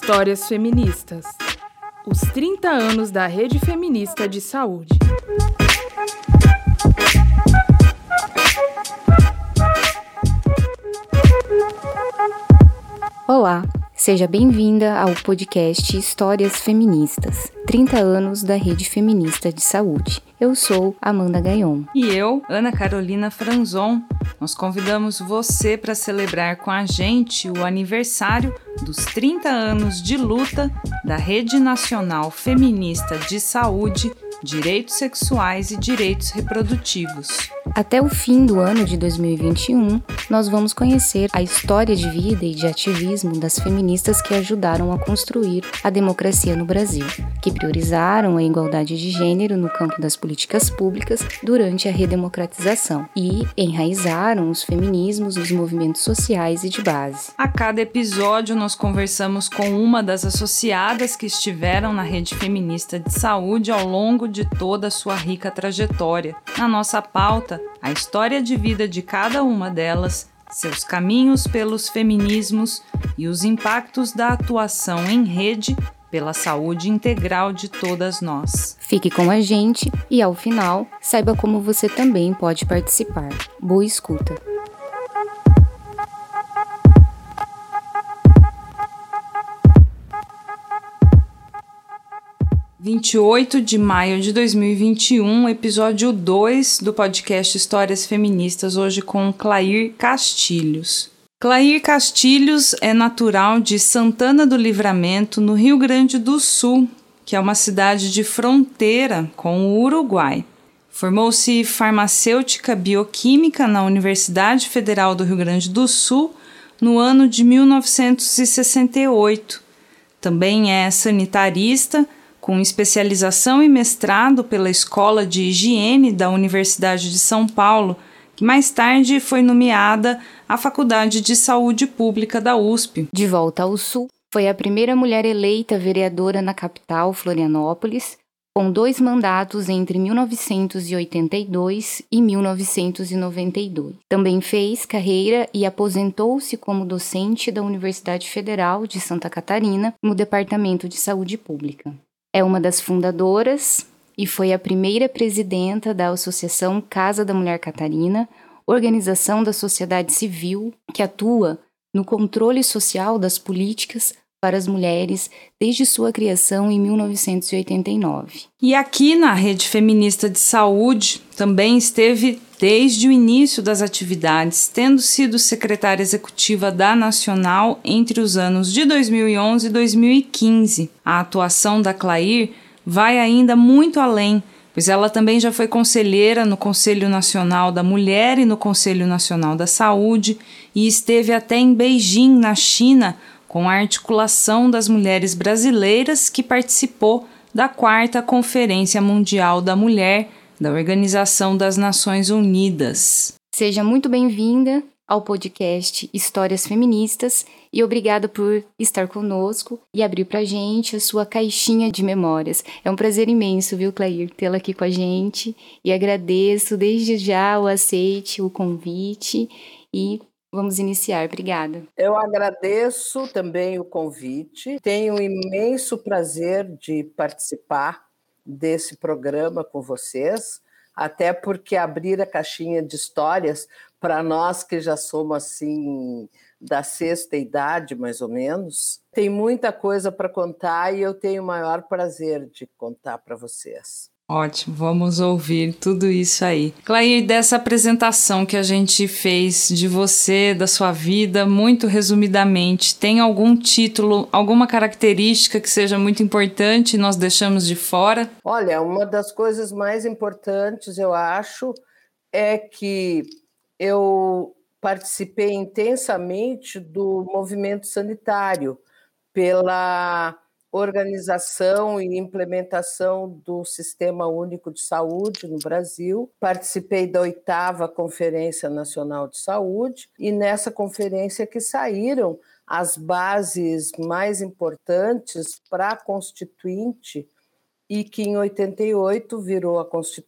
Histórias Feministas. Os 30 anos da Rede Feminista de Saúde. Olá, seja bem-vinda ao podcast Histórias Feministas, 30 anos da Rede Feminista de Saúde. Eu sou Amanda Gaion. E eu, Ana Carolina Franzon. Nós convidamos você para celebrar com a gente o aniversário dos 30 anos de luta da Rede Nacional Feminista de Saúde, Direitos Sexuais e Direitos Reprodutivos. Até o fim do ano de 2021, nós vamos conhecer a história de vida e de ativismo das feministas que ajudaram a construir a democracia no Brasil, que priorizaram a igualdade de gênero no campo das políticas públicas durante a redemocratização e enraizaram os feminismos nos movimentos sociais e de base. A cada episódio, nós conversamos com uma das associadas que estiveram na Rede Feminista de Saúde ao longo de toda a sua rica trajetória. Na nossa pauta, a história de vida de cada uma delas, seus caminhos pelos feminismos e os impactos da atuação em rede pela saúde integral de todas nós. Fique com a gente e, ao final, saiba como você também pode participar. Boa escuta! – 28 de maio de 2021, episódio 2 do podcast Histórias Feministas, hoje com Clair Castilhos. Clair Castilhos é natural de Santana do Livramento, no Rio Grande do Sul, que é uma cidade de fronteira com o Uruguai. Formou-se farmacêutica bioquímica na Universidade Federal do Rio Grande do Sul no ano de 1968. Também é sanitarista, com especialização e mestrado pela Escola de Higiene da Universidade de São Paulo, que mais tarde foi nomeada à Faculdade de Saúde Pública da USP. De volta ao Sul, foi a primeira mulher eleita vereadora na capital, Florianópolis, com 2 mandatos entre 1982 e 1992. Também fez carreira e aposentou-se como docente da Universidade Federal de Santa Catarina, no Departamento de Saúde Pública. É uma das fundadoras e foi a primeira presidenta da Associação Casa da Mulher Catarina, organização da sociedade civil que atua no controle social das políticas para as mulheres desde sua criação em 1989. E aqui na Rede Feminista de Saúde também esteve desde o início das atividades, tendo sido secretária executiva da Nacional entre os anos de 2011 e 2015. A atuação da Clair vai ainda muito além, pois ela também já foi conselheira no Conselho Nacional da Mulher e no Conselho Nacional da Saúde e esteve até em Beijing, na China, com a articulação das mulheres brasileiras que participou da 4ª Conferência Mundial da Mulher da Organização das Nações Unidas. Seja muito bem-vinda ao podcast Histórias Feministas e obrigada por estar conosco e abrir pra gente a sua caixinha de memórias. É um prazer imenso, viu, Clair, tê-la aqui com a gente e agradeço desde já o aceite, o convite e vamos iniciar. Obrigada. Eu agradeço também o convite. Tenho um imenso prazer de participar desse programa com vocês, até porque abrir a caixinha de histórias, para nós que já somos assim da 6ª idade, mais ou menos, tem muita coisa para contar e eu tenho o maior prazer de contar para vocês. Ótimo, vamos ouvir tudo isso aí. Clair, dessa apresentação que a gente fez de você, da sua vida, muito resumidamente, tem algum título, alguma característica que seja muito importante e nós deixamos de fora? Olha, uma das coisas mais importantes, eu acho, é que eu participei intensamente do movimento sanitário pela organização e implementação do Sistema Único de Saúde no Brasil. Participei da 8ª Conferência Nacional de Saúde e nessa conferência que saíram as bases mais importantes para a Constituinte e que em 88 virou a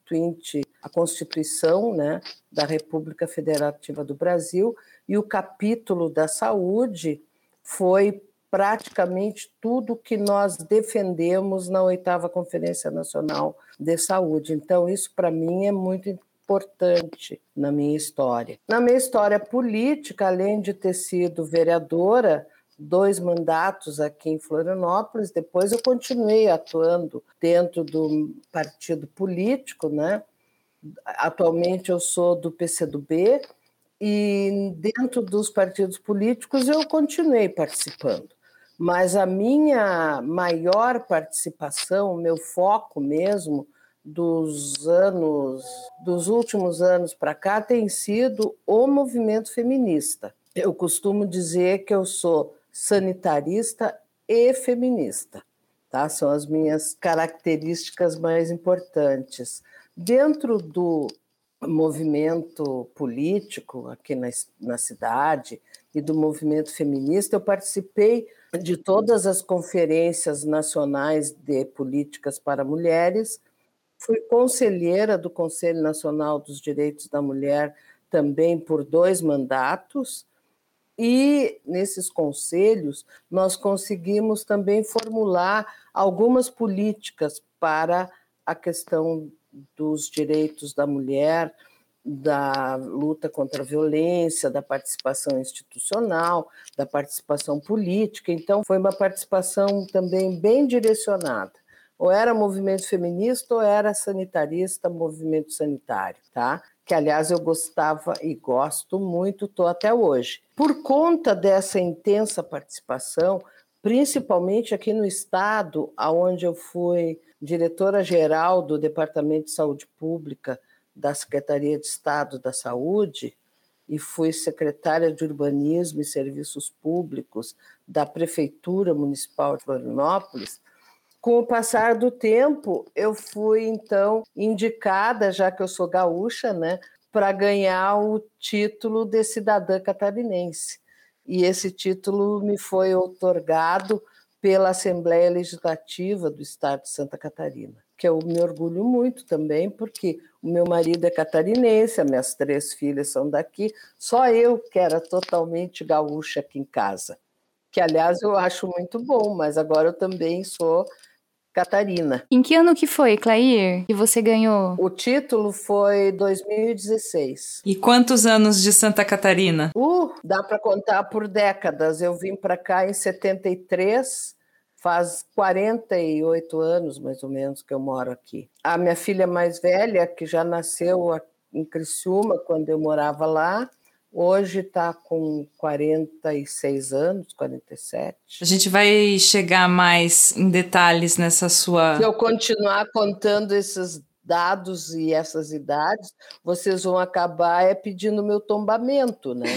Constituição, né, da República Federativa do Brasil, e o capítulo da saúde foi praticamente tudo que nós defendemos na 8ª Conferência Nacional de Saúde. Então, isso para mim é muito importante na minha história. Na minha história política, além de ter sido vereadora, 2 mandatos aqui em Florianópolis, depois eu continuei atuando dentro do partido político, né? Atualmente eu sou do PCdoB e dentro dos partidos políticos eu continuei participando. Mas a minha maior participação, o meu foco mesmo, dos últimos anos para cá, tem sido o movimento feminista. Eu costumo dizer que eu sou sanitarista e feminista, tá? São as minhas características mais importantes. Dentro do movimento político aqui na cidade e do movimento feminista, eu participei de todas as conferências nacionais de políticas para mulheres, fui conselheira do Conselho Nacional dos Direitos da Mulher também por 2 mandatos, e nesses conselhos nós conseguimos também formular algumas políticas para a questão dos direitos da mulher, da luta contra a violência, da participação institucional, da participação política. Então, foi uma participação também bem direcionada. Ou era movimento feminista ou era sanitarista, movimento sanitário, tá? Que, aliás, eu gostava e gosto muito, estou até hoje. Por conta dessa intensa participação, principalmente aqui no Estado, onde eu fui diretora-geral do Departamento de Saúde Pública da Secretaria de Estado da Saúde e fui secretária de Urbanismo e Serviços Públicos da Prefeitura Municipal de Florianópolis. Com o passar do tempo, eu fui, então, indicada, já que eu sou gaúcha, né, para ganhar o título de cidadã catarinense. E esse título me foi outorgado pela Assembleia Legislativa do Estado de Santa Catarina, que eu me orgulho muito também, porque o meu marido é catarinense, as minhas 3 filhas são daqui, só eu que era totalmente gaúcha aqui em casa, que, aliás, eu acho muito bom, mas agora eu também sou Catarina. Em que ano que foi, Clair, que você ganhou? O título foi 2016. E quantos anos de Santa Catarina? Dá para contar por décadas. Eu vim para cá em 73, faz 48 anos, mais ou menos, que eu moro aqui. A minha filha mais velha, que já nasceu em Criciúma, quando eu morava lá, hoje está com 46 anos, 47. A gente vai chegar mais em detalhes nessa sua... Se eu continuar contando esses dados e essas idades, vocês vão acabar pedindo meu tombamento, né?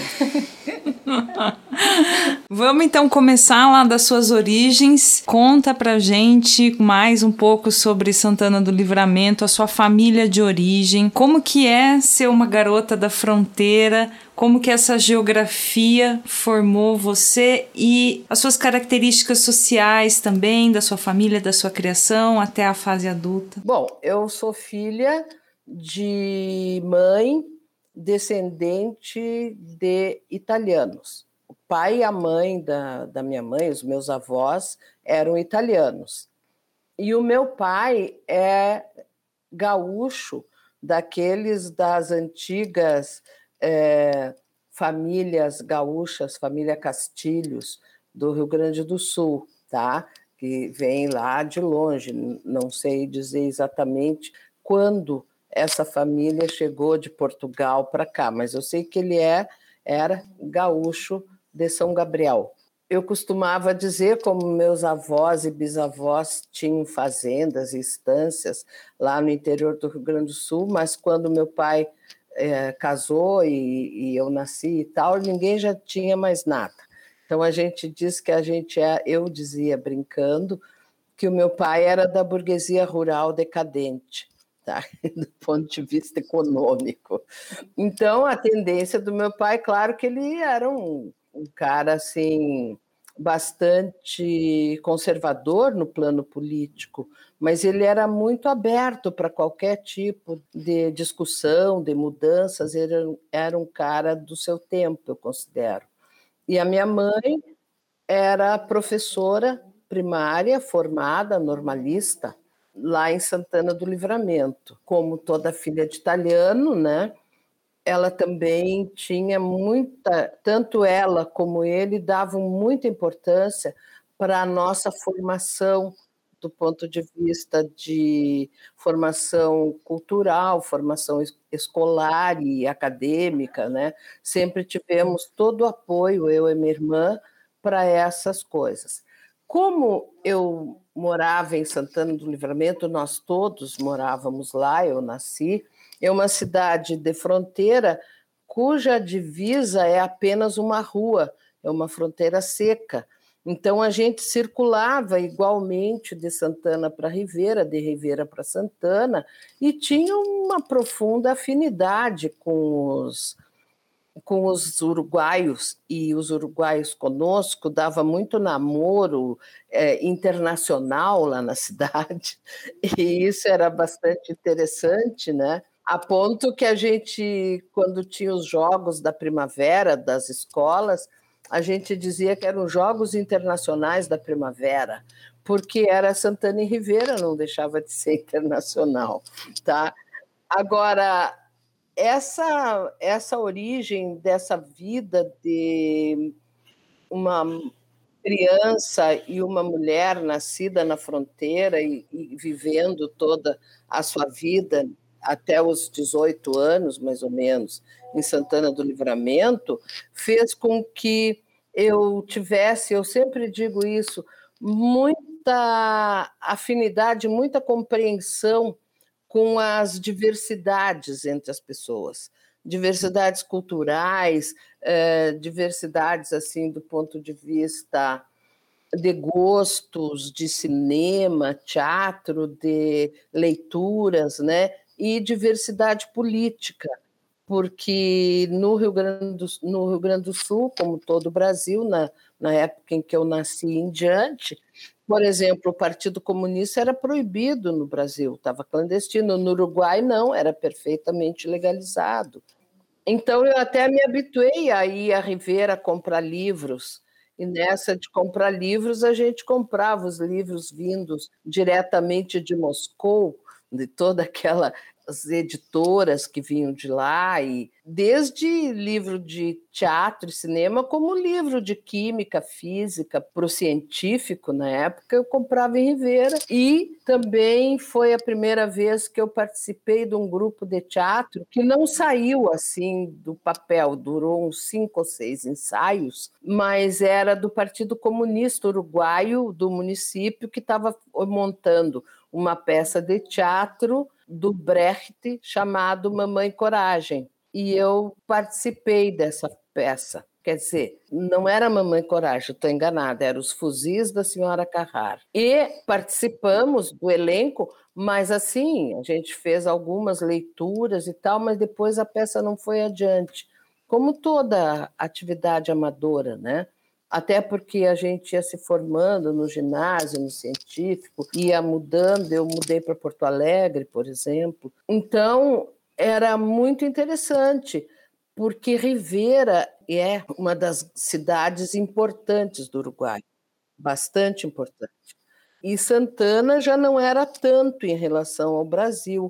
Vamos então começar lá das suas origens. Conta pra gente mais um pouco sobre Santana do Livramento, a sua família de origem, como que é ser uma garota da fronteira, como que essa geografia formou você e as suas características sociais também, da sua família, da sua criação até a fase adulta. Bom, eu sou filha de mãe descendente de italianos. O pai e a mãe da minha mãe, os meus avós, eram italianos. E o meu pai é gaúcho, daqueles das antigas famílias gaúchas, família Castilhos, do Rio Grande do Sul, tá? Que vem lá de longe, não sei dizer exatamente quando essa família chegou de Portugal para cá, mas eu sei que ele era gaúcho de São Gabriel. Eu costumava dizer, como meus avós e bisavós tinham fazendas e estâncias lá no interior do Rio Grande do Sul, mas quando meu pai casou e eu nasci e tal, ninguém já tinha mais nada. Então a gente diz que eu dizia brincando, que o meu pai era da burguesia rural decadente, tá? Do ponto de vista econômico. Então a tendência do meu pai, claro que ele era um cara assim bastante conservador no plano político, mas ele era muito aberto para qualquer tipo de discussão, de mudanças, ele era um cara do seu tempo, eu considero. E a minha mãe era professora primária formada, normalista, lá em Santana do Livramento. Como toda filha de italiano, né? Ela também tinha muita, tanto ela como ele davam muita importância para a nossa formação do ponto de vista de formação cultural, formação escolar e acadêmica, né? Sempre tivemos todo o apoio, eu e minha irmã, para essas coisas. Como eu morava em Santana do Livramento, nós todos morávamos lá, eu nasci, é uma cidade de fronteira cuja divisa é apenas uma rua, é uma fronteira seca. Então a gente circulava igualmente de Santana para Rivera, de Rivera para Santana, e tinha uma profunda afinidade com os uruguaios, e os uruguaios conosco, dava muito namoro internacional lá na cidade, e isso era bastante interessante, né? A ponto que a gente, quando tinha os jogos da primavera das escolas, a gente dizia que eram Jogos Internacionais da Primavera, porque era Santana e Rivera, não deixava de ser internacional, tá? Agora, essa origem dessa vida de uma criança e uma mulher nascida na fronteira e vivendo toda a sua vida até os 18 anos, mais ou menos, em Santana do Livramento, fez com que eu tivesse, eu sempre digo isso, muita afinidade, muita compreensão com as diversidades entre as pessoas, diversidades culturais, diversidades assim do ponto de vista de gostos, de cinema, teatro, de leituras, né? E diversidade política, porque no Rio Grande do Sul, como todo o Brasil, na época em que eu nasci em diante, por exemplo, o Partido Comunista era proibido no Brasil, estava clandestino. No Uruguai, não, era perfeitamente legalizado. Então, eu até me habituei a ir à Rivera comprar livros, e nessa de comprar livros, a gente comprava os livros vindos diretamente de Moscou, de toda aquela as editoras que vinham de lá, e desde livro de teatro e cinema, como livro de química, física, para o científico, na época, eu comprava em Rivera. E também foi a primeira vez que eu participei de um grupo de teatro que não saiu assim do papel, durou uns 5 ou 6 ensaios, mas era do Partido Comunista Uruguaio, do município, que estava montando uma peça de teatro do Brecht chamado Mamãe Coragem. E eu participei dessa peça. Quer dizer, não era Mamãe Coragem, estou enganada, eram os Fuzis da Senhora Carrara. E participamos do elenco, mas assim, a gente fez algumas leituras e tal, mas depois a peça não foi adiante. Como toda atividade amadora, né? Até porque a gente ia se formando no ginásio, no científico, ia mudando, eu mudei para Porto Alegre, por exemplo. Então, era muito interessante, porque Rivera é uma das cidades importantes do Uruguai, bastante importante. E Santana já não era tanto em relação ao Brasil.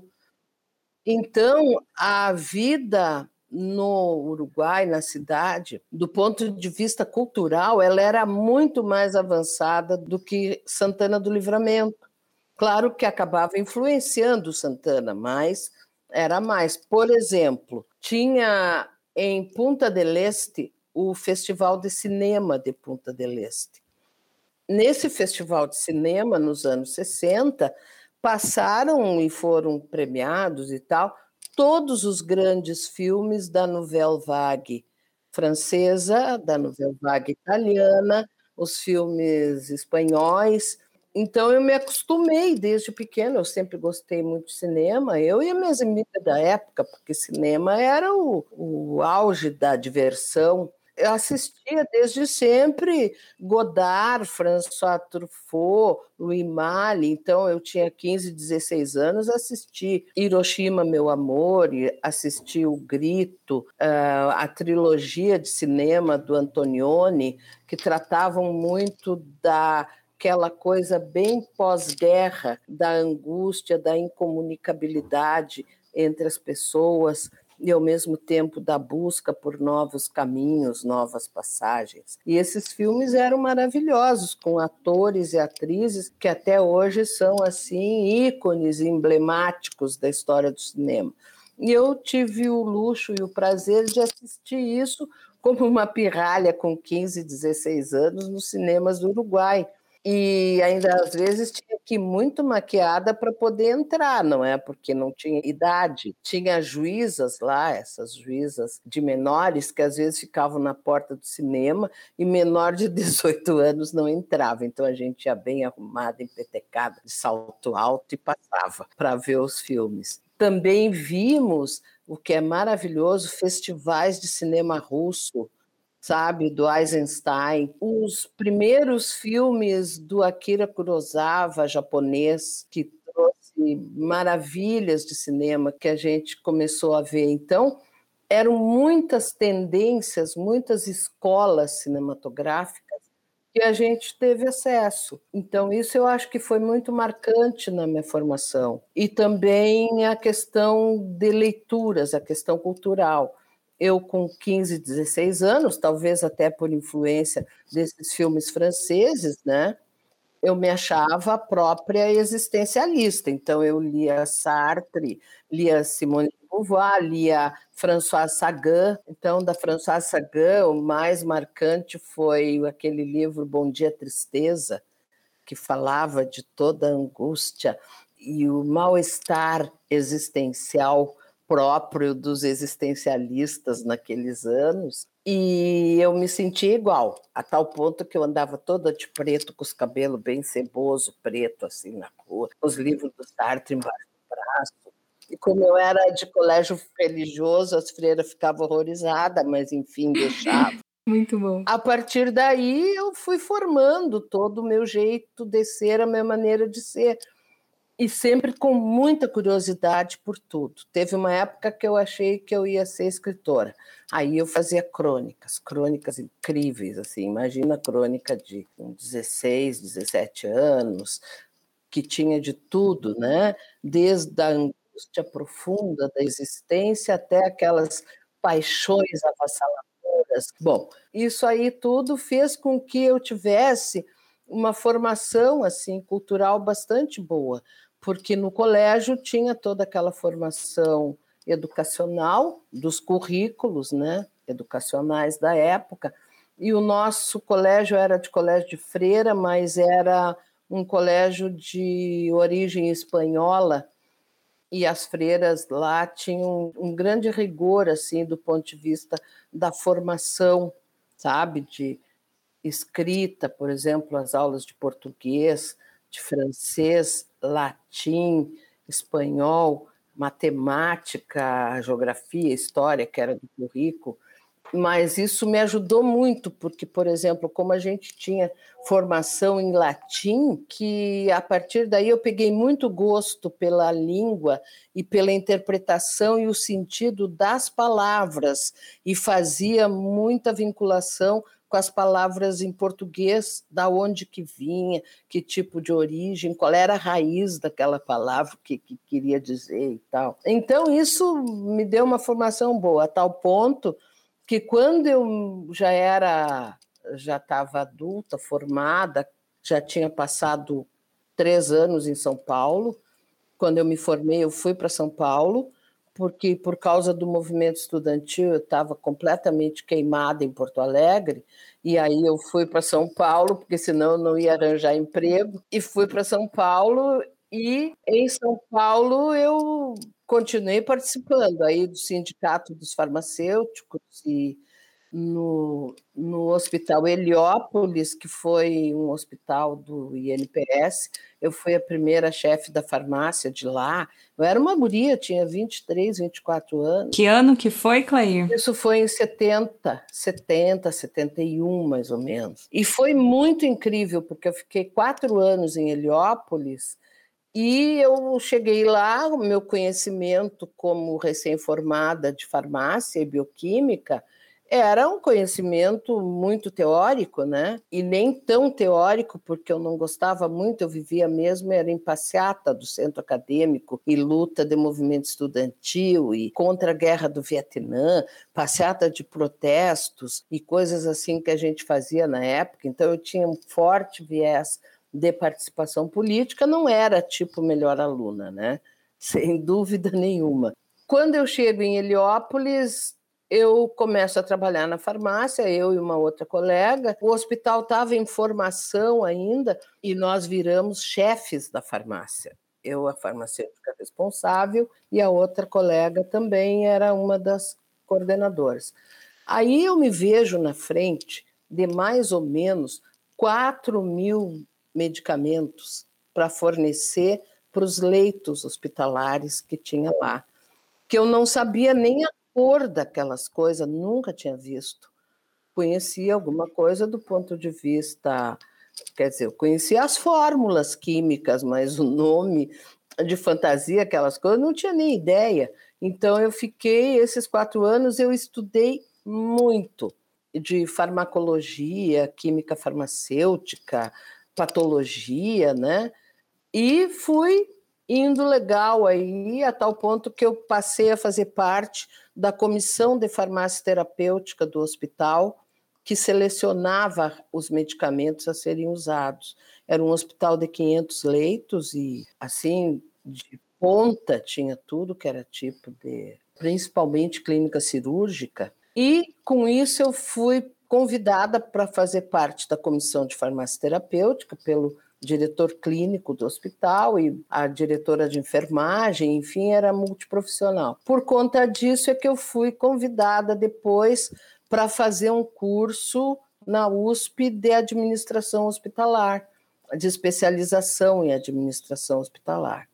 Então, a vida no Uruguai, na cidade, do ponto de vista cultural, ela era muito mais avançada do que Santana do Livramento. Claro que acabava influenciando Santana, mas era mais. Por exemplo, tinha em Punta del Este o Festival de Cinema de Punta del Este. Nesse festival de cinema, nos anos 60, passaram e foram premiados e tal, todos os grandes filmes da Nouvelle Vague francesa, da Nouvelle Vague italiana, os filmes espanhóis. Então, eu me acostumei desde pequena, eu sempre gostei muito de cinema, eu e as minhas amigas da época, porque cinema era o auge da diversão. Eu assistia desde sempre Godard, François Truffaut, Louis Malle. Então, eu tinha 15, 16 anos, assisti Hiroshima, Meu Amor, e assisti O Grito, a trilogia de cinema do Antonioni, que tratavam muito daquela coisa bem pós-guerra, da angústia, da incomunicabilidade entre as pessoas, e ao mesmo tempo da busca por novos caminhos, novas passagens. E esses filmes eram maravilhosos, com atores e atrizes que até hoje são assim ícones emblemáticos da história do cinema. E eu tive o luxo e o prazer de assistir isso como uma pirralha com 15, 16 anos nos cinemas do Uruguai. E ainda às vezes tinha que ir muito maquiada para poder entrar, não é? Porque não tinha idade. Tinha juízas lá, essas juízas de menores, que às vezes ficavam na porta do cinema e menor de 18 anos não entrava. Então a gente ia bem arrumada, empetecada, de salto alto e passava para ver os filmes. Também vimos, o que é maravilhoso, festivais de cinema russo, sabe, do Eisenstein, os primeiros filmes do Akira Kurosawa, japonês, que trouxe maravilhas de cinema que a gente começou a ver. Então, eram muitas tendências, muitas escolas cinematográficas que a gente teve acesso. Então, isso eu acho que foi muito marcante na minha formação. E também a questão de leituras, a questão cultural. Eu, com 15, 16 anos, talvez até por influência desses filmes franceses, né, eu me achava a própria existencialista. Então, eu lia Sartre, lia Simone de Beauvoir, lia François Sagan. Então, da François Sagan, o mais marcante foi aquele livro Bom Dia, Tristeza, que falava de toda a angústia e o mal-estar existencial próprio dos existencialistas naqueles anos, e eu me sentia igual, a tal ponto que eu andava toda de preto, com os cabelos bem ceboso, preto, assim, na rua, os livros do Sartre embaixo do braço. E como eu era de colégio religioso, as freiras ficavam horrorizadas, mas enfim, deixavam. Muito bom. A partir daí, eu fui formando todo o meu jeito de ser, a minha maneira de ser. E sempre com muita curiosidade por tudo. Teve uma época que eu achei que eu ia ser escritora. Aí eu fazia crônicas incríveis, assim. Imagina a crônica de 16, 17 anos, que tinha de tudo, né? Desde a angústia profunda da existência até aquelas paixões avassaladoras. Bom, isso aí tudo fez com que eu tivesse uma formação assim cultural bastante boa, porque no colégio tinha toda aquela formação educacional dos currículos, né, educacionais da época, e o nosso colégio era de colégio de freira, mas era um colégio de origem espanhola, e as freiras lá tinham um grande rigor assim do ponto de vista da formação, sabe, de escrita, por exemplo, as aulas de português, de francês, latim, espanhol, matemática, geografia, história, que era do currículo. Mas isso me ajudou muito, porque, por exemplo, como a gente tinha formação em latim, que a partir daí eu peguei muito gosto pela língua e pela interpretação e o sentido das palavras, e fazia muita vinculação com as palavras em português, da onde que vinha, que tipo de origem, qual era a raiz daquela palavra, o que queria dizer e tal. Então, isso me deu uma formação boa, a tal ponto que quando eu já estava adulta, formada, já tinha passado 3 anos em São Paulo. Quando eu me formei, eu fui para São Paulo, porque por causa do movimento estudantil eu estava completamente queimada em Porto Alegre, e aí eu fui para São Paulo, porque senão eu não ia arranjar emprego, e fui para São Paulo, e em São Paulo eu continuei participando aí do Sindicato dos Farmacêuticos, e no Hospital Heliópolis, que foi um hospital do INPS. Eu fui a primeira chefe da farmácia de lá. Eu era uma guria, tinha 23, 24 anos. Que ano que foi, Clair? Isso foi em 70, 71, mais ou menos. E foi muito incrível, porque eu fiquei 4 anos em Heliópolis e eu cheguei lá, o meu conhecimento como recém-formada de farmácia e bioquímica era um conhecimento muito teórico, né? E nem tão teórico, porque eu não gostava muito, eu vivia mesmo, era em passeata do centro acadêmico e luta de movimento estudantil e contra a guerra do Vietnã, passeata de protestos e coisas assim que a gente fazia na época. Então eu tinha um forte viés de participação política, não era tipo melhor aluna, né? Sem dúvida nenhuma. Quando eu chego em Heliópolis, eu começo a trabalhar na farmácia, eu e uma outra colega. O hospital estava em formação ainda e nós viramos chefes da farmácia. Eu, a farmacêutica responsável, e a outra colega também era uma das coordenadoras. Aí eu me vejo na frente de mais ou menos 4.000 medicamentos para fornecer para os leitos hospitalares que tinha lá, que eu não sabia nem a cor daquelas coisas, nunca tinha visto. Conhecia alguma coisa do ponto de vista, quer dizer, eu conhecia as fórmulas químicas, mas o nome de fantasia, aquelas coisas, não tinha nem ideia. Então eu fiquei, esses 4 anos, eu estudei muito de farmacologia, química farmacêutica, patologia, né? E fui indo legal aí, a tal ponto que eu passei a fazer parte da comissão de farmácia terapêutica do hospital, que selecionava os medicamentos a serem usados. Era um hospital de 500 leitos e, assim, de ponta, tinha tudo que era tipo de, principalmente clínica cirúrgica. E, com isso, eu fui convidada para fazer parte da comissão de farmácia terapêutica pelo diretor clínico do hospital e a diretora de enfermagem, enfim, era multiprofissional. Por conta disso é que eu fui convidada depois para fazer um curso na USP de administração hospitalar, de especialização em administração hospitalar.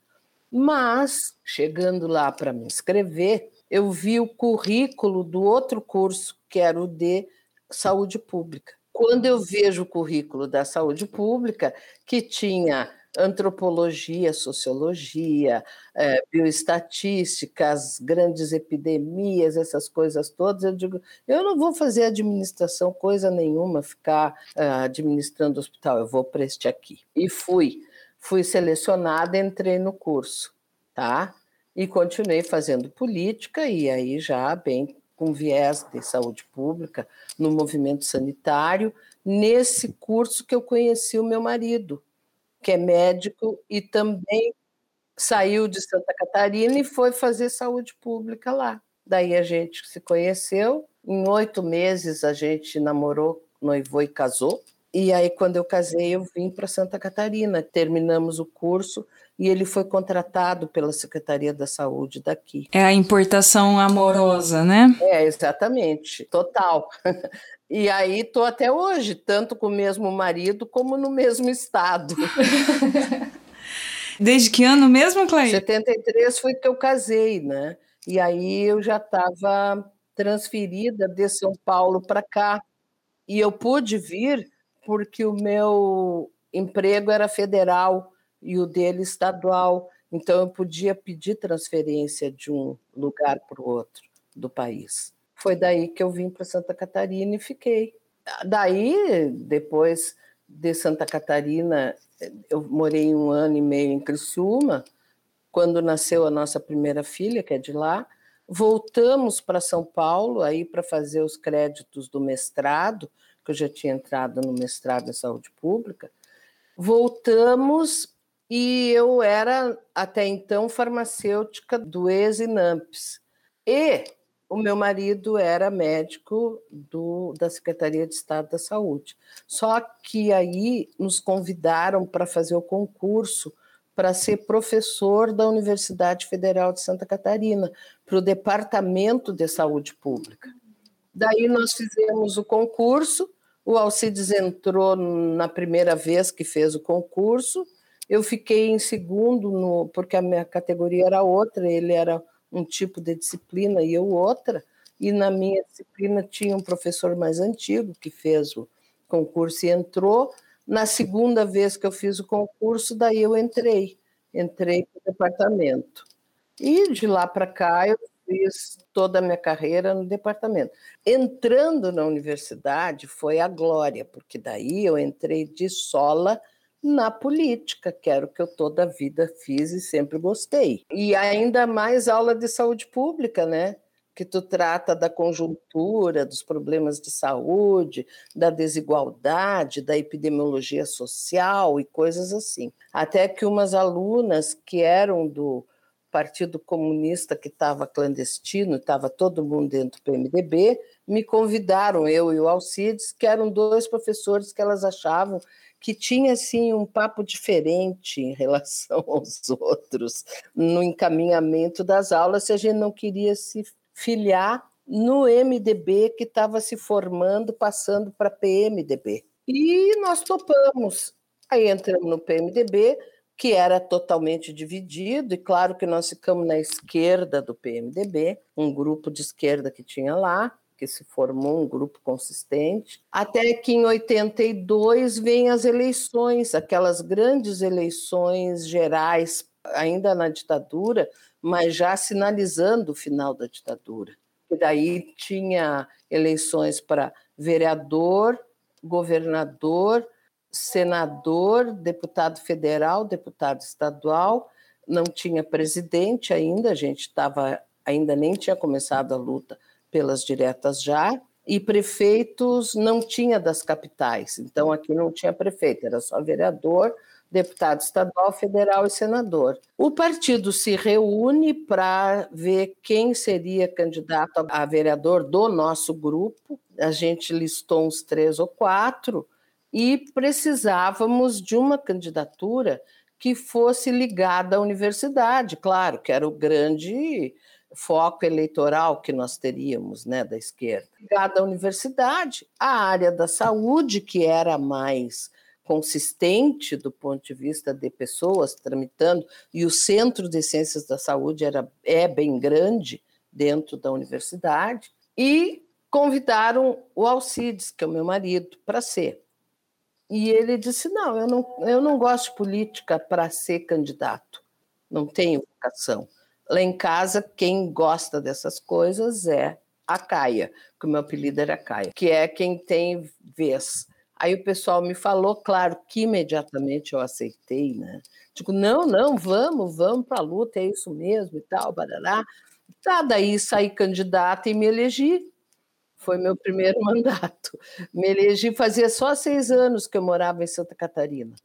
Mas, chegando lá para me inscrever, eu vi o currículo do outro curso, que era o de saúde pública. Quando eu vejo o currículo da saúde pública, que tinha antropologia, sociologia, bioestatística, as grandes epidemias, essas coisas todas, eu digo, eu não vou fazer administração coisa nenhuma, ficar administrando hospital, eu vou para este aqui. E fui selecionada, entrei no curso, tá? E continuei fazendo política, e aí já bem com viés de saúde pública, no movimento sanitário, nesse curso que eu conheci o meu marido, que é médico e também saiu de Santa Catarina e foi fazer saúde pública lá. Daí a gente se conheceu, em 8 meses a gente namorou, noivou e casou. E aí, quando eu casei, eu vim para Santa Catarina, terminamos o curso e ele foi contratado pela Secretaria da Saúde daqui. É a importação amorosa, né? É, exatamente, total. E aí estou até hoje, tanto com o mesmo marido como no mesmo estado. Desde que ano mesmo, Clair? 73 foi que eu casei, né? E aí eu já estava transferida de São Paulo para cá. E eu pude vir porque o meu emprego era federal e o dele estadual. Então eu podia pedir transferência de um lugar para o outro do país. Foi daí que eu vim para Santa Catarina e fiquei. Daí, depois de Santa Catarina, eu morei 1 ano e meio em Criciúma, quando nasceu a nossa primeira filha, que é de lá. Voltamos para São Paulo aí para fazer os créditos do mestrado, que eu já tinha entrado no mestrado em saúde pública. Voltamos e eu era, até então, farmacêutica do ex-INAMPS. E o meu marido era médico da Secretaria de Estado da Saúde. Só que aí nos convidaram para fazer o concurso para ser professor da Universidade Federal de Santa Catarina, para o Departamento de Saúde Pública. Daí nós fizemos o concurso, o Alcides entrou na primeira vez que fez o concurso, eu fiquei em segundo, porque a minha categoria era outra, ele era um tipo de disciplina e eu outra, e na minha disciplina tinha um professor mais antigo que fez o concurso e entrou. Na segunda vez que eu fiz o concurso, daí eu entrei para o departamento. E de lá para cá eu fiz toda a minha carreira no departamento. Entrando na universidade foi a glória, porque daí eu entrei de sola na política, que era o que eu toda a vida fiz e sempre gostei. E ainda mais aula de saúde pública, né? Que tu trata da conjuntura, dos problemas de saúde, da desigualdade, da epidemiologia social e coisas assim. Até que umas alunas que eram do Partido Comunista, que estava clandestino, estava todo mundo dentro do PMDB, me convidaram, eu e o Alcides, que eram 2 professores que elas achavam que tinha assim um papo diferente em relação aos outros no encaminhamento das aulas, se a gente não queria se filiar no MDB que estava se formando, passando para PMDB. E nós topamos. Aí entramos no PMDB, que era totalmente dividido, e claro que nós ficamos na esquerda do PMDB, um grupo de esquerda que tinha lá, que se formou um grupo consistente, até que em 82 vem as eleições, aquelas grandes eleições gerais, ainda na ditadura, mas já sinalizando o final da ditadura. E daí tinha eleições para vereador, governador, senador, deputado federal, deputado estadual, não tinha presidente ainda, a gente ainda nem tinha começado a luta pelas diretas já, e prefeitos não tinha das capitais, então aqui não tinha prefeito, era só vereador, deputado estadual, federal e senador. O partido se reúne para ver quem seria candidato a vereador do nosso grupo, a gente listou uns 3 ou 4, e precisávamos de uma candidatura que fosse ligada à universidade, claro, que era o grande foco eleitoral que nós teríamos, né, da esquerda. Ligada à universidade, a área da saúde, que era mais consistente do ponto de vista de pessoas tramitando, e o Centro de Ciências da Saúde é bem grande dentro da universidade, e convidaram o Alcides, que é o meu marido, para ser. E ele disse, não, eu não gosto de política para ser candidato, não tenho vocação. Lá em casa, quem gosta dessas coisas é a Caia, que o meu apelido era Caia, que é quem tem vez. Aí o pessoal me falou, claro que imediatamente eu aceitei, né? Digo, não, vamos para a luta, é isso mesmo e tal, barará. Tá, daí saí candidata e me elegi. Foi meu primeiro mandato. Me elegi, fazia só 6 anos que eu morava em Santa Catarina.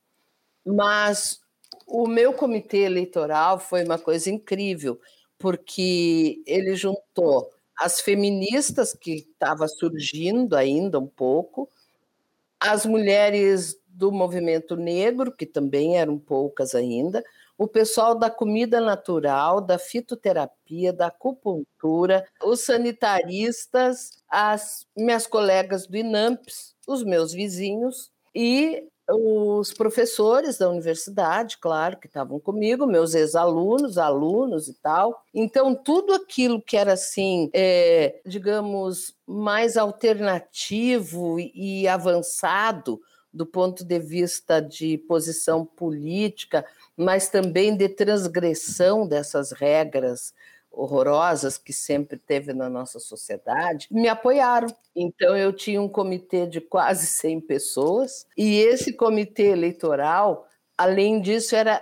Mas o meu comitê eleitoral foi uma coisa incrível, porque ele juntou as feministas, que estava surgindo ainda um pouco, as mulheres do movimento negro, que também eram poucas ainda, o pessoal da comida natural, da fitoterapia, da acupuntura, os sanitaristas, as minhas colegas do INAMPS, os meus vizinhos e os professores da universidade, claro, que estavam comigo, meus ex-alunos, alunos e tal. Então, tudo aquilo que era assim, digamos, mais alternativo e avançado do ponto de vista de posição política, mas também de transgressão dessas regras horrorosas que sempre teve na nossa sociedade, me apoiaram. Então, eu tinha um comitê de quase 100 pessoas, e esse comitê eleitoral, além disso, era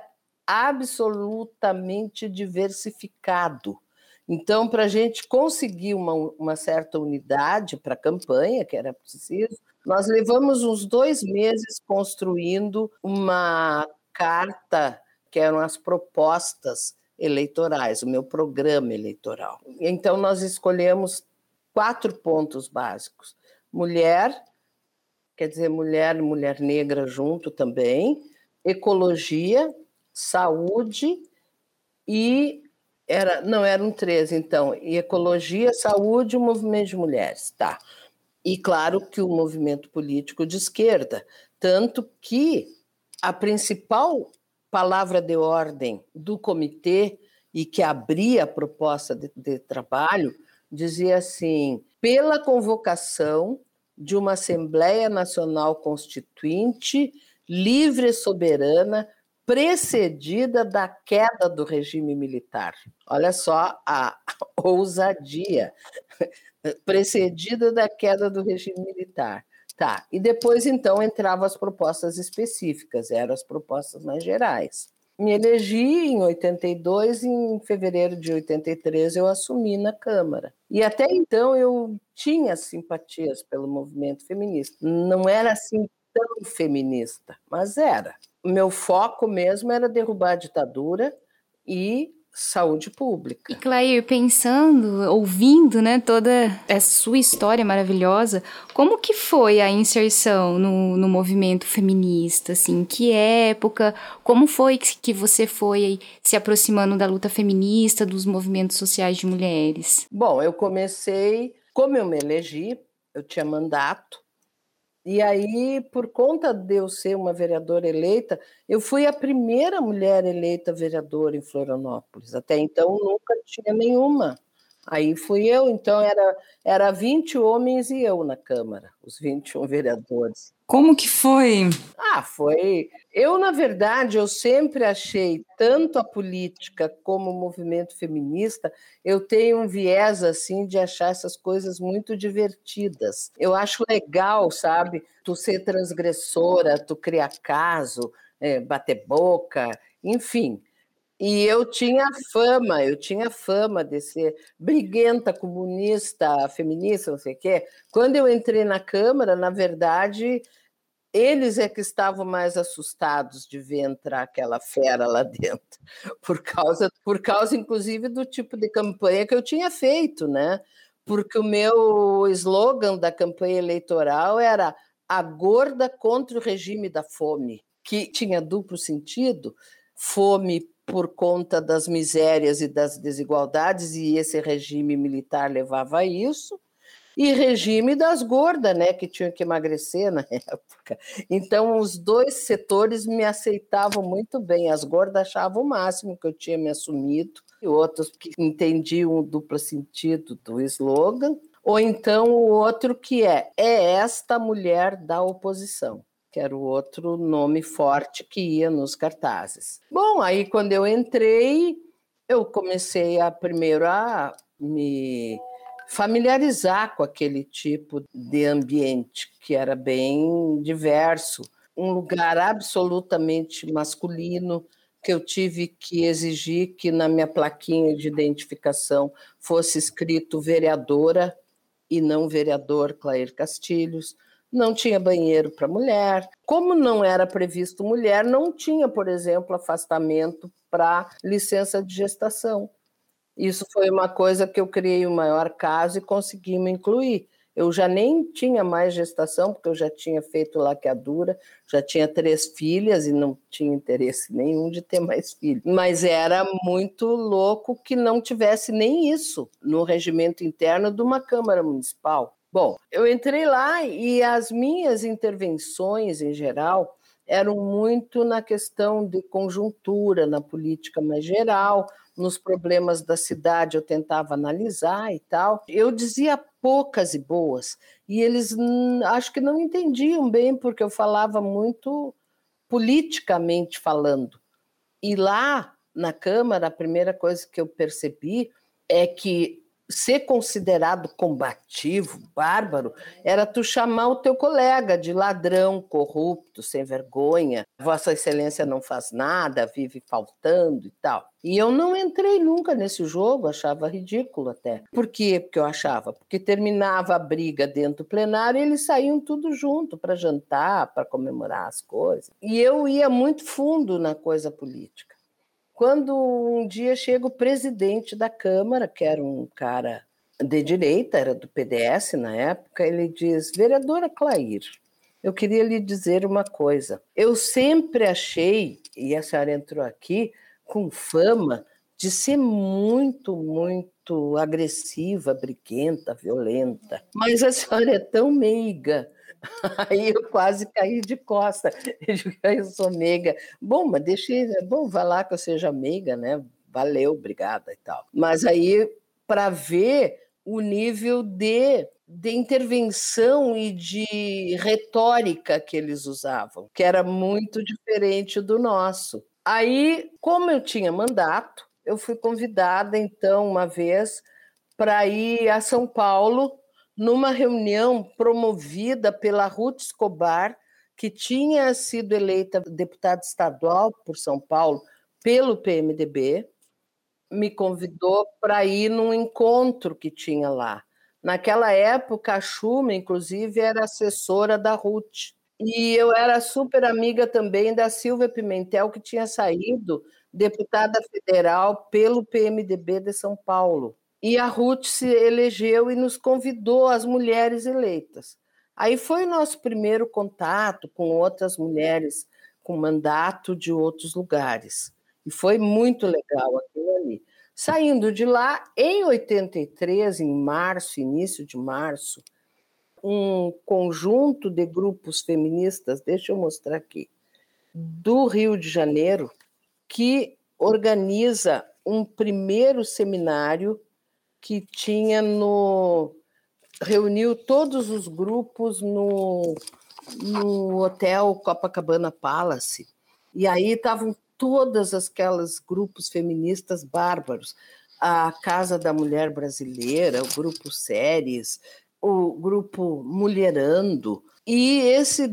absolutamente diversificado. Então, para a gente conseguir uma certa unidade para a campanha, que era preciso, nós levamos uns 2 meses construindo uma carta, que eram as propostas eleitorais, o meu programa eleitoral. Então, nós escolhemos 4 pontos básicos. Mulher, quer dizer, mulher negra junto também, ecologia, saúde e Não, eram 3, então. E ecologia, saúde e o movimento de mulheres. Tá. E claro que o movimento político de esquerda. Tanto que a principal palavra de ordem do comitê e que abria a proposta de trabalho dizia assim: pela convocação de uma Assembleia Nacional Constituinte, livre e soberana, precedida da queda do regime militar. Olha só a ousadia, precedida da queda do regime militar. Tá, e depois, então, entravam as propostas específicas, eram as propostas mais gerais. Me elegi em 82, e em fevereiro de 83 eu assumi na Câmara. E até então eu tinha simpatias pelo movimento feminista. Não era assim tão feminista, mas era. O meu foco mesmo era derrubar a ditadura e saúde pública. E Clair, pensando, ouvindo, né, toda a sua história maravilhosa, como que foi a inserção no movimento feminista, assim, que época, como foi que você foi se aproximando da luta feminista, dos movimentos sociais de mulheres? Bom, eu comecei, como eu me elegi, eu tinha mandato, e aí, por conta de eu ser uma vereadora eleita, eu fui a primeira mulher eleita vereadora em Florianópolis. Até então, nunca tinha nenhuma. Aí fui eu, então era 20 homens e eu na Câmara, os 21 vereadores. Como que foi? Foi. Eu, na verdade, eu sempre achei, tanto a política como o movimento feminista, eu tenho um viés, assim, de achar essas coisas muito divertidas. Eu acho legal, sabe? Tu ser transgressora, tu criar caso, bater boca, enfim. E eu tinha fama de ser briguenta, comunista, feminista, não sei o quê. Quando eu entrei na Câmara, na verdade, eles é que estavam mais assustados de ver entrar aquela fera lá dentro, por causa, inclusive, do tipo de campanha que eu tinha feito, né? Porque o meu slogan da campanha eleitoral era a gorda contra o regime da fome, que tinha duplo sentido, fome por conta das misérias e das desigualdades, e esse regime militar levava a isso, e regime das gordas, né, que tinham que emagrecer na época. Então, os dois setores me aceitavam muito bem. As gordas achavam o máximo que eu tinha me assumido, e outros que entendiam o duplo sentido do slogan, ou então o outro que é esta mulher da oposição, que era o outro nome forte que ia nos cartazes. Bom, aí quando eu entrei, eu comecei primeiro a me familiarizar com aquele tipo de ambiente, que era bem diverso, um lugar absolutamente masculino, que eu tive que exigir que na minha plaquinha de identificação fosse escrito vereadora e não vereador Clair Castilhos. Não tinha banheiro para mulher. Como não era previsto mulher, não tinha, por exemplo, afastamento para licença de gestação. Isso foi uma coisa que eu criei o maior caso e consegui me incluir. Eu já nem tinha mais gestação, porque eu já tinha feito laqueadura, já tinha 3 filhas e não tinha interesse nenhum de ter mais filhos. Mas era muito louco que não tivesse nem isso no regimento interno de uma Câmara Municipal. Bom, eu entrei lá e as minhas intervenções, em geral, eram muito na questão de conjuntura, na política mais geral, nos problemas da cidade eu tentava analisar e tal. Eu dizia poucas e boas, e eles acho que não entendiam bem, porque eu falava muito politicamente falando. E lá na Câmara, a primeira coisa que eu percebi é que ser considerado combativo, bárbaro, era tu chamar o teu colega de ladrão, corrupto, sem vergonha, Vossa Excelência não faz nada, vive faltando e tal. E eu não entrei nunca nesse jogo, achava ridículo até. Por quê? Porque eu achava? Porque terminava a briga dentro do plenário e eles saíam tudo junto para jantar, para comemorar as coisas. E eu ia muito fundo na coisa política. Quando um dia chega o presidente da Câmara, que era um cara de direita, era do PDS na época, ele diz: vereadora Clair, eu queria lhe dizer uma coisa. Eu sempre achei, e a senhora entrou aqui com fama de ser muito, muito agressiva, briguenta, violenta. Mas a senhora é tão meiga. Aí eu quase caí de costa. Eu digo, eu sou meiga. Bom, mas bom, vai lá que eu seja meiga, né? Valeu, obrigada e tal. Mas aí, para ver o nível de intervenção e de retórica que eles usavam, que era muito diferente do nosso. Aí, como eu tinha mandato, eu fui convidada, então, uma vez, para ir a São Paulo, numa reunião promovida pela Ruth Escobar, que tinha sido eleita deputada estadual por São Paulo pelo PMDB, me convidou para ir num encontro que tinha lá. Naquela época, a Chuma, inclusive, era assessora da Ruth. E eu era super amiga também da Silvia Pimentel, que tinha saído deputada federal pelo PMDB de São Paulo. E a Ruth se elegeu e nos convidou, as mulheres eleitas. Aí foi o nosso primeiro contato com outras mulheres com mandato de outros lugares. E foi muito legal aquilo ali. Saindo de lá, em 83, em março, início de março, um conjunto de grupos feministas, deixa eu mostrar aqui, do Rio de Janeiro, que organiza um primeiro seminário que tinha reuniu todos os grupos no Hotel Copacabana Palace. E aí estavam todas aquelas grupos feministas bárbaros. A Casa da Mulher Brasileira, o Grupo Séries, o Grupo Mulherando. E esses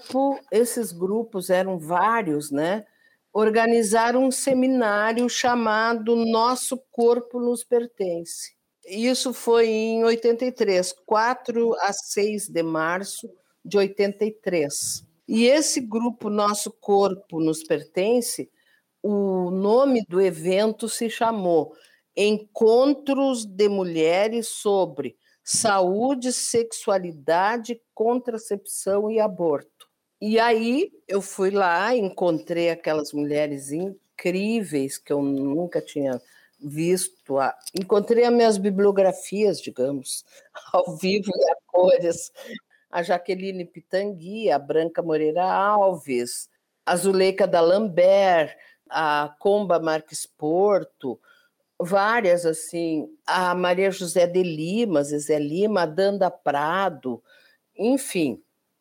grupos eram vários, né? Organizaram um seminário chamado Nosso Corpo Nos Pertence. Isso foi em 83, 4 a 6 de março de 83. E esse grupo Nosso Corpo Nos Pertence, o nome do evento se chamou Encontros de Mulheres sobre Saúde, Sexualidade, Contracepção e Aborto. E aí eu fui lá, encontrei aquelas mulheres incríveis que eu nunca tinha visto. Encontrei as minhas bibliografias, digamos, ao vivo e a cores. A Jaqueline Pitangui, a Branca Moreira Alves, a Zuleika D'Alembert, a Comba Marques Porto, várias assim, a Maria José de Lima, Zezé Lima, a Danda Prado, enfim,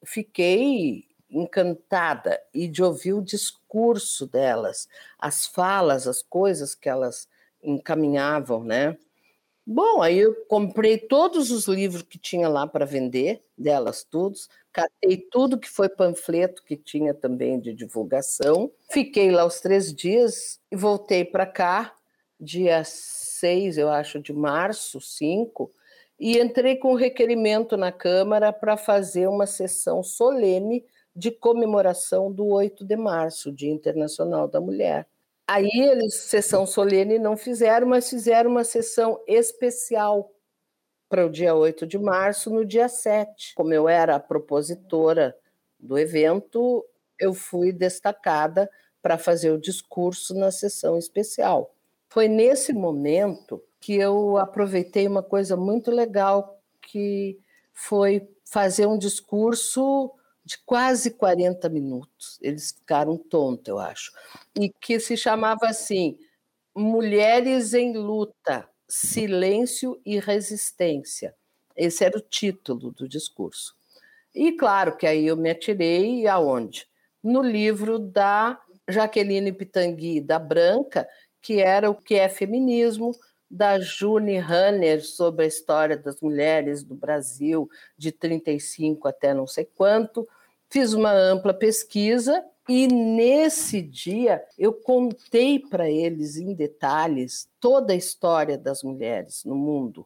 fiquei encantada e de ouvir o discurso delas, as falas, as coisas que elas encaminhavam, né? Bom, aí eu comprei todos os livros que tinha lá para vender, delas todos, catei tudo que foi panfleto que tinha também de divulgação, fiquei lá os 3 dias e voltei para cá, dia 6, eu acho, de março, 5, e entrei com um requerimento na Câmara para fazer uma sessão solene de comemoração do 8 de março, Dia Internacional da Mulher. Aí eles, sessão solene não fizeram, mas fizeram uma sessão especial para o dia 8 de março, no dia 7. Como eu era a propositora do evento, eu fui destacada para fazer o discurso na sessão especial. Foi nesse momento que eu aproveitei uma coisa muito legal, que foi fazer um discurso de quase 40 minutos. Eles ficaram tontos, eu acho. E que se chamava assim, Mulheres em Luta, Silêncio e Resistência. Esse era o título do discurso. E claro que aí eu me atirei aonde? No livro da Jaqueline Pitangui, da Branca, que era O que é Feminismo, da June Hanner, sobre a história das mulheres do Brasil, de 35 até não sei quanto. Fiz uma ampla pesquisa e nesse dia eu contei para eles em detalhes toda a história das mulheres no mundo.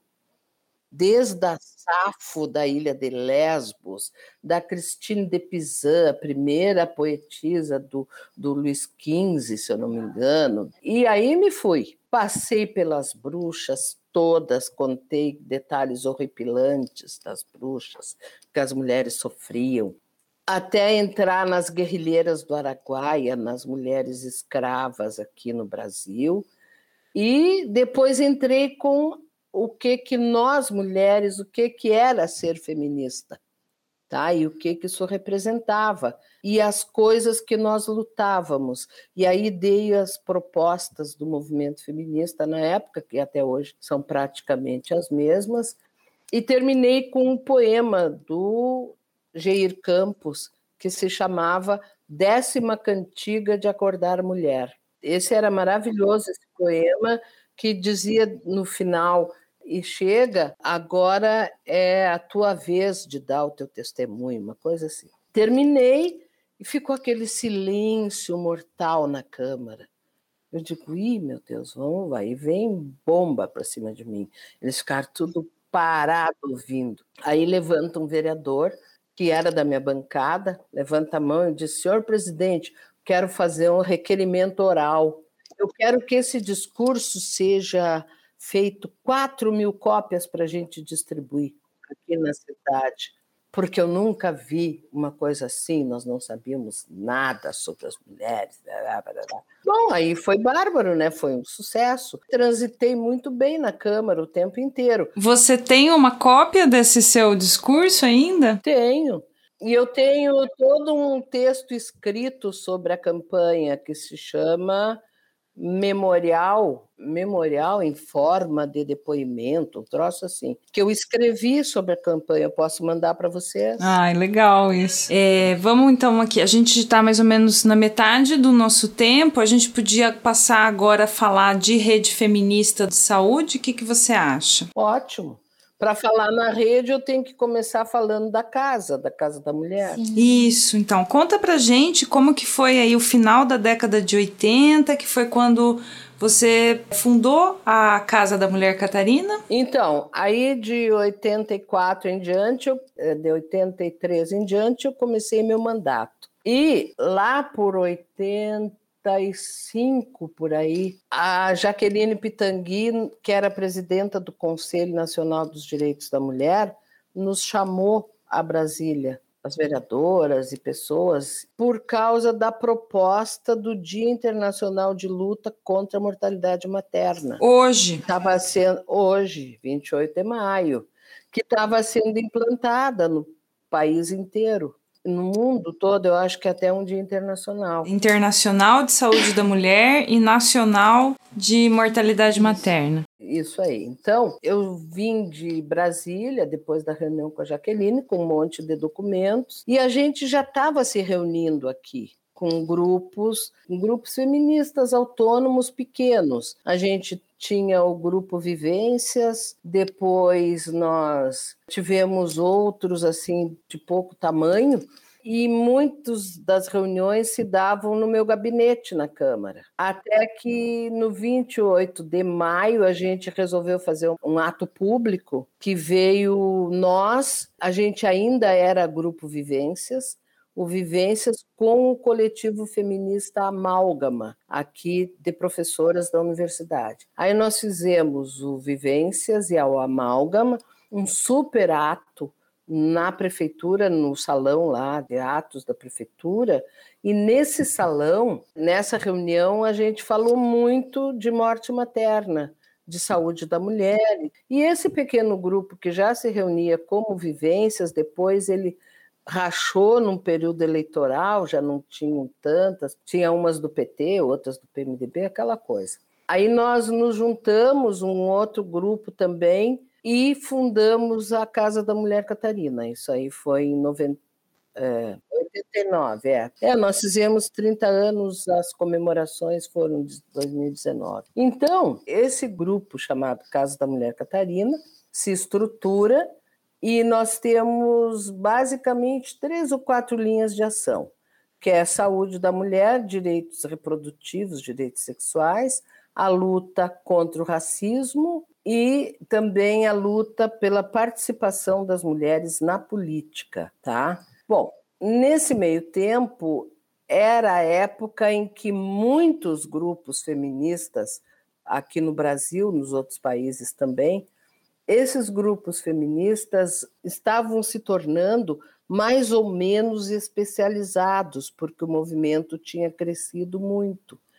Desde a Safo, da ilha de Lesbos, da Christine de Pizan, a primeira poetisa do Luís XV, se eu não me engano. E aí me fui. Passei pelas bruxas todas, contei detalhes horripilantes das bruxas que as mulheres sofriam, até entrar nas guerrilheiras do Araguaia, nas mulheres escravas aqui no Brasil. E depois entrei com o que nós, mulheres, o que era ser feminista, tá? E o que isso representava, e as coisas que nós lutávamos. E aí dei as propostas do movimento feminista na época, que até hoje são praticamente as mesmas, e terminei com um poema do Geir Campos, que se chamava 10ª Cantiga de Acordar Mulher. Esse era maravilhoso, esse poema, que dizia no final: e chega, agora é a tua vez de dar o teu testemunho, uma coisa assim. Terminei e ficou aquele silêncio mortal na Câmara. Eu digo, meu Deus, vamos lá. E vem bomba para cima de mim. Eles ficaram tudo parado ouvindo. Aí levanta um vereador, que era da minha bancada, levanta a mão e diz: senhor presidente, quero fazer um requerimento oral. Eu quero que esse discurso seja feito 4.000 cópias para a gente distribuir aqui na cidade, porque eu nunca vi uma coisa assim, nós não sabíamos nada sobre as mulheres. Bom, aí foi bárbaro, né? Foi um sucesso. Transitei muito bem na Câmara o tempo inteiro. Você tem uma cópia desse seu discurso ainda? Tenho. E eu tenho todo um texto escrito sobre a campanha que se chama Memorial em forma de depoimento, um troço assim, que eu escrevi sobre a campanha. Eu posso mandar para vocês. Ai, legal isso. Vamos então aqui, a gente está mais ou menos na metade do nosso tempo, a gente podia passar agora a falar de rede feminista de saúde, o que você acha? Ótimo. Para falar na rede, eu tenho que começar falando da Casa da Mulher. Sim. Isso, então, conta pra gente como que foi aí o final da década de 80, que foi quando você fundou a Casa da Mulher Catarina. Então, aí de 84 em diante, de 83 em diante, eu comecei meu mandato. E lá por 85, por aí, a Jaqueline Pitangui, que era presidenta do Conselho Nacional dos Direitos da Mulher, nos chamou a Brasília, as vereadoras e pessoas, por causa da proposta do Dia Internacional de Luta contra a Mortalidade Materna. Hoje, 28 de maio, que estava sendo implantada no país inteiro. No mundo todo, eu acho que até um dia internacional. Internacional de Saúde da Mulher e Nacional de Mortalidade Materna. Isso aí. Então, eu vim de Brasília, depois da reunião com a Jaqueline, com um monte de documentos, e a gente já estava se reunindo aqui com grupos feministas autônomos pequenos. A gente tinha o grupo Vivências, depois nós tivemos outros assim de pouco tamanho, e muitas das reuniões se davam no meu gabinete na Câmara. Até que no 28 de maio a gente resolveu fazer um ato público que veio a gente ainda era grupo Vivências, o Vivências com o coletivo feminista Amálgama, aqui de professoras da universidade. Aí nós fizemos o Vivências e o Amálgama, um super ato na prefeitura, no salão lá de atos da prefeitura, e nesse salão, nessa reunião, a gente falou muito de morte materna, de saúde da mulher, e esse pequeno grupo que já se reunia como Vivências, depois ele rachou num período eleitoral, já não tinham tantas, tinha umas do PT, outras do PMDB, aquela coisa. Aí nós nos juntamos, um outro grupo também, e fundamos a Casa da Mulher Catarina. Isso aí foi em 89. Nós fizemos 30 anos, as comemorações foram de 2019. Então, esse grupo chamado Casa da Mulher Catarina se estrutura e nós temos basicamente 3 ou 4 linhas de ação, que é a saúde da mulher, direitos reprodutivos, direitos sexuais, a luta contra o racismo e também a luta pela participação das mulheres na política, tá? Bom, nesse meio tempo, era a época em que muitos grupos feministas, aqui no Brasil, nos outros países também, esses grupos feministas estavam se tornando mais ou menos especializados, porque o movimento tinha crescido muito.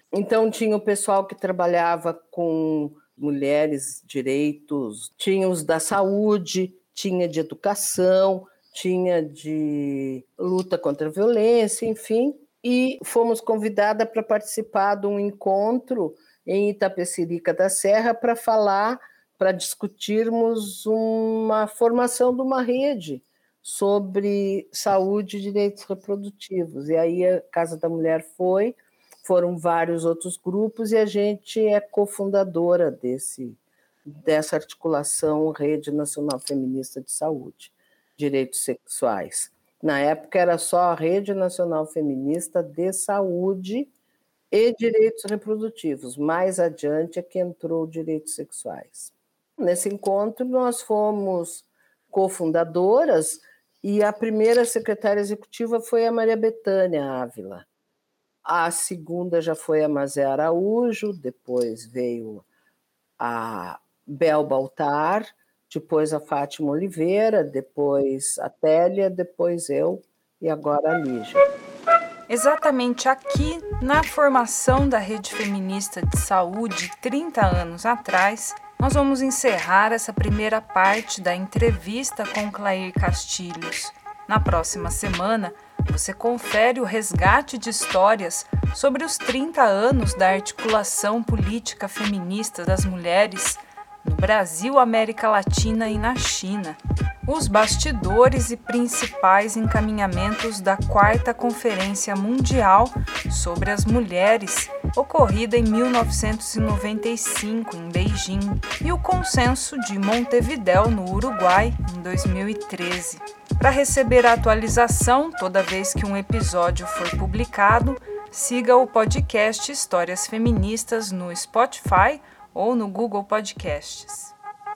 Então, tinha o pessoal que trabalhava com mulheres, direitos, tinha os da saúde, tinha de educação, tinha de luta contra a violência, enfim. E fomos convidadas para participar de um encontro em Itapecerica da Serra para discutirmos uma formação de uma rede sobre saúde e direitos reprodutivos. E aí a Casa da Mulher foram vários outros grupos e a gente é cofundadora dessa articulação Rede Nacional Feminista de Saúde, Direitos Sexuais. Na época era só a Rede Nacional Feminista de Saúde e Direitos Reprodutivos. Mais adiante é que entrou Direitos Sexuais. Nesse encontro nós fomos cofundadoras e a primeira secretária executiva foi a Maria Bethânia Ávila. A segunda já foi a Mazé Araújo, depois veio a Bel Baltar, depois a Fátima Oliveira, depois a Télia, depois eu e agora a Lígia. Exatamente aqui, na formação da Rede Feminista de Saúde, 30 anos atrás, nós vamos encerrar essa primeira parte da entrevista com Clair Castilhos. Na próxima semana, você confere o resgate de histórias sobre os 30 anos da articulação política feminista das mulheres no Brasil, América Latina e na China, os bastidores e principais encaminhamentos da 4ª Conferência Mundial sobre as Mulheres, ocorrida em 1995 em Beijing, e o Consenso de Montevidéu, no Uruguai, em 2013. Para receber a atualização toda vez que um episódio for publicado, siga o podcast Histórias Feministas no Spotify ou no Google Podcasts.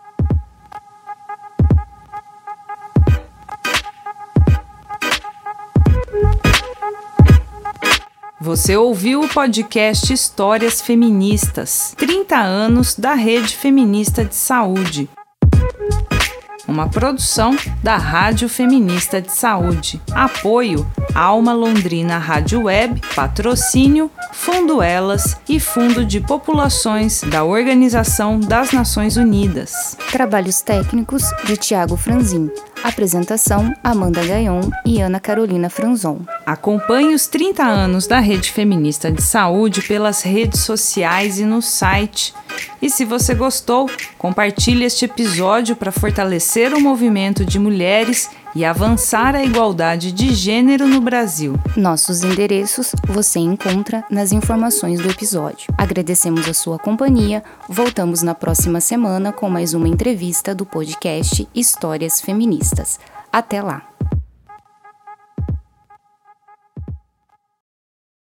Você ouviu o podcast Histórias Feministas, 30 anos da Rede Feminista de Saúde. Uma produção da Rádio Feminista de Saúde. Apoio Alma Londrina Rádio Web, patrocínio Fundo Elas e Fundo de Populações da Organização das Nações Unidas. Trabalhos técnicos de Tiago Franzin. Apresentação Amanda Gaion e Ana Carolina Franzon. Acompanhe os 30 anos da Rede Feminista de Saúde pelas redes sociais e no site. E se você gostou, compartilhe este episódio para fortalecer o movimento de mulheres e avançar a igualdade de gênero no Brasil. Nossos endereços você encontra nas informações do episódio. Agradecemos a sua companhia. Voltamos na próxima semana com mais uma entrevista do podcast Histórias Feministas. Até lá!